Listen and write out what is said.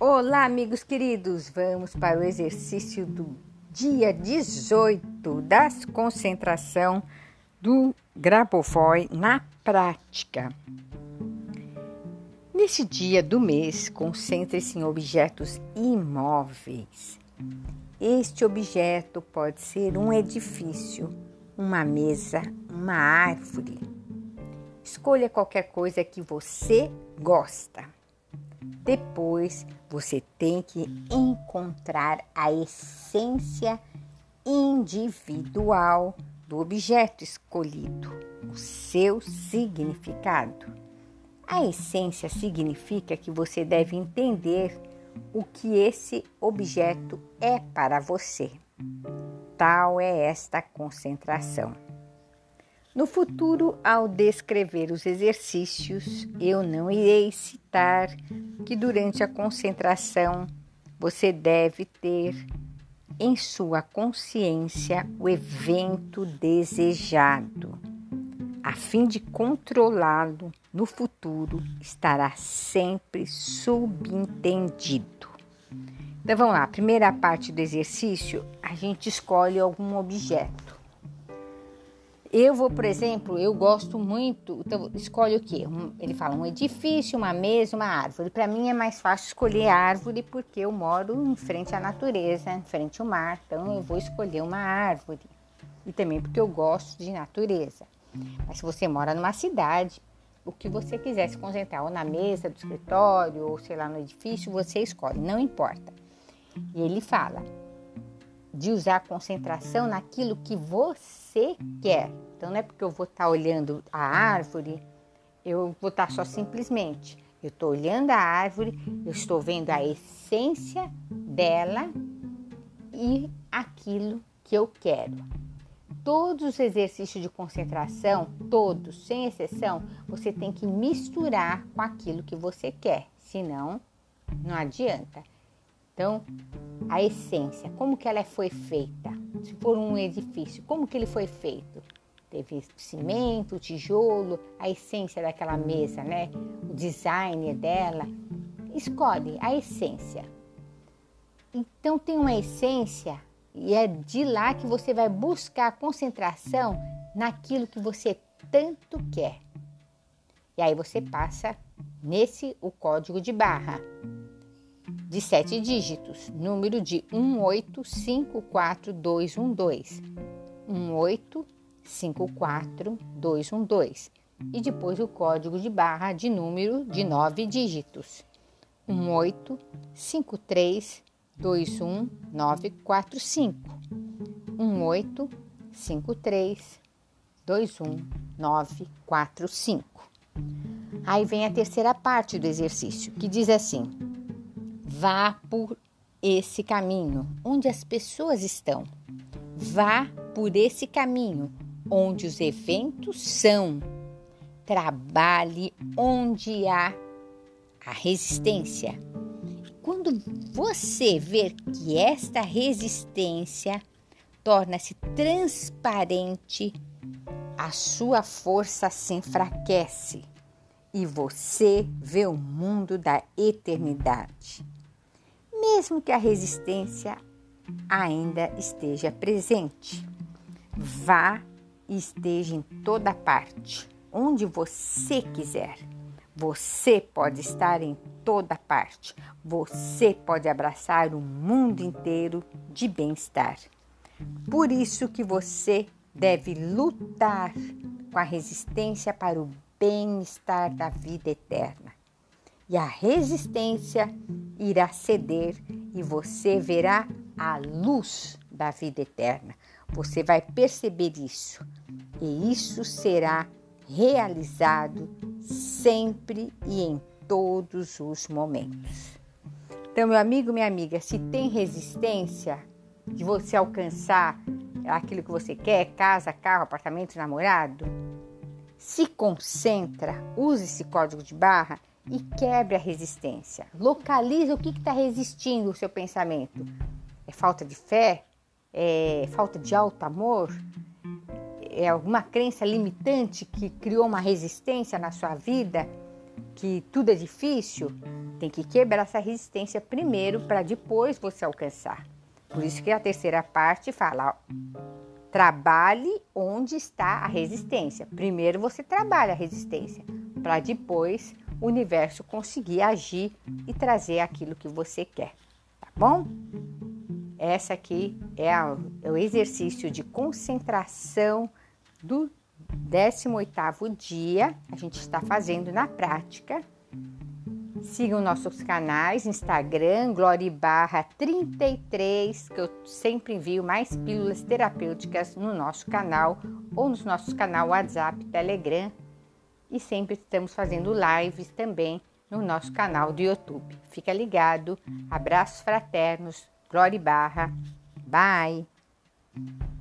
Olá, amigos queridos! Vamos para o exercício do dia 18 da concentração do Grabovoi na prática. Nesse dia do mês, concentre-se em objetos imóveis. Este objeto pode ser um edifício, uma mesa, uma árvore. Escolha qualquer coisa que você gosta. Depois, você tem que encontrar a essência individual do objeto escolhido, o seu significado. A essência significa que você deve entender o que esse objeto é para você. Tal é esta concentração. No futuro, ao descrever os exercícios, eu não irei citar que durante a concentração você deve ter em sua consciência o evento desejado. A fim de controlá-lo, no futuro estará sempre subentendido. Então vamos lá, primeira parte do exercício, a gente escolhe algum objeto. Eu vou, por exemplo, eu gosto muito, então escolhe o quê? Ele fala um edifício, uma mesa, uma árvore. Para mim é mais fácil escolher árvore porque eu moro em frente à natureza, em frente ao mar, então eu vou escolher uma árvore. E também porque eu gosto de natureza. Mas se você mora numa cidade, o que você quiser se concentrar, ou na mesa do escritório, ou sei lá, no edifício, você escolhe, não importa. E ele fala de usar a concentração naquilo que você quer. Então, não é porque eu vou estar olhando a árvore, eu vou estar só simplesmente. Eu estou olhando a árvore, eu estou vendo a essência dela e aquilo que eu quero. Todos os exercícios de concentração, todos, sem exceção, você tem que misturar com aquilo que você quer, senão não adianta. Então, a essência, como que ela foi feita? Se for um edifício, como que ele foi feito? Teve cimento, tijolo, a essência daquela mesa, né? O design dela. Escolhe a essência. Então, tem uma essência e é de lá que você vai buscar a concentração naquilo que você tanto quer. E aí você passa o código de barra de 7 dígitos, número de 1854212, 1854212, e depois o código de barra de número de 9 dígitos, 185321945, 185321945. Aí vem a terceira parte do exercício, que diz assim: vá por esse caminho onde as pessoas estão. Vá por esse caminho onde os eventos são. Trabalhe onde há a resistência. Quando você ver que esta resistência torna-se transparente, a sua força se enfraquece e você vê o mundo da eternidade. Mesmo que a resistência ainda esteja presente, vá e esteja em toda parte, onde você quiser. Você pode estar em toda parte. Você pode abraçar o mundo inteiro de bem-estar. Por isso que você deve lutar com a resistência para o bem-estar da vida eterna. E a resistência irá ceder e você verá a luz da vida eterna. Você vai perceber isso. E isso será realizado sempre e em todos os momentos. Então, meu amigo, minha amiga, se tem resistência de você alcançar aquilo que você quer, casa, carro, apartamento, namorado, se concentra, use esse código de barra e quebre a resistência. Localize o que está resistindo o seu pensamento. É falta de fé? É falta de alto amor? É alguma crença limitante que criou uma resistência na sua vida? Que tudo é difícil? Tem que quebrar essa resistência primeiro para depois você alcançar. Por isso que a terceira parte fala, trabalhe onde está a resistência. Primeiro você trabalha a resistência, para depois o universo conseguir agir e trazer aquilo que você quer, tá bom? Essa aqui é o exercício de concentração do 18º dia. A gente está fazendo na prática. Sigam nossos canais, Instagram, Gloribarra33, que eu sempre envio mais pílulas terapêuticas no nosso canal ou nos nossos canais WhatsApp, Telegram. E sempre estamos fazendo lives também no nosso canal do YouTube. Fica ligado, abraços fraternos, Gloribarra, bye!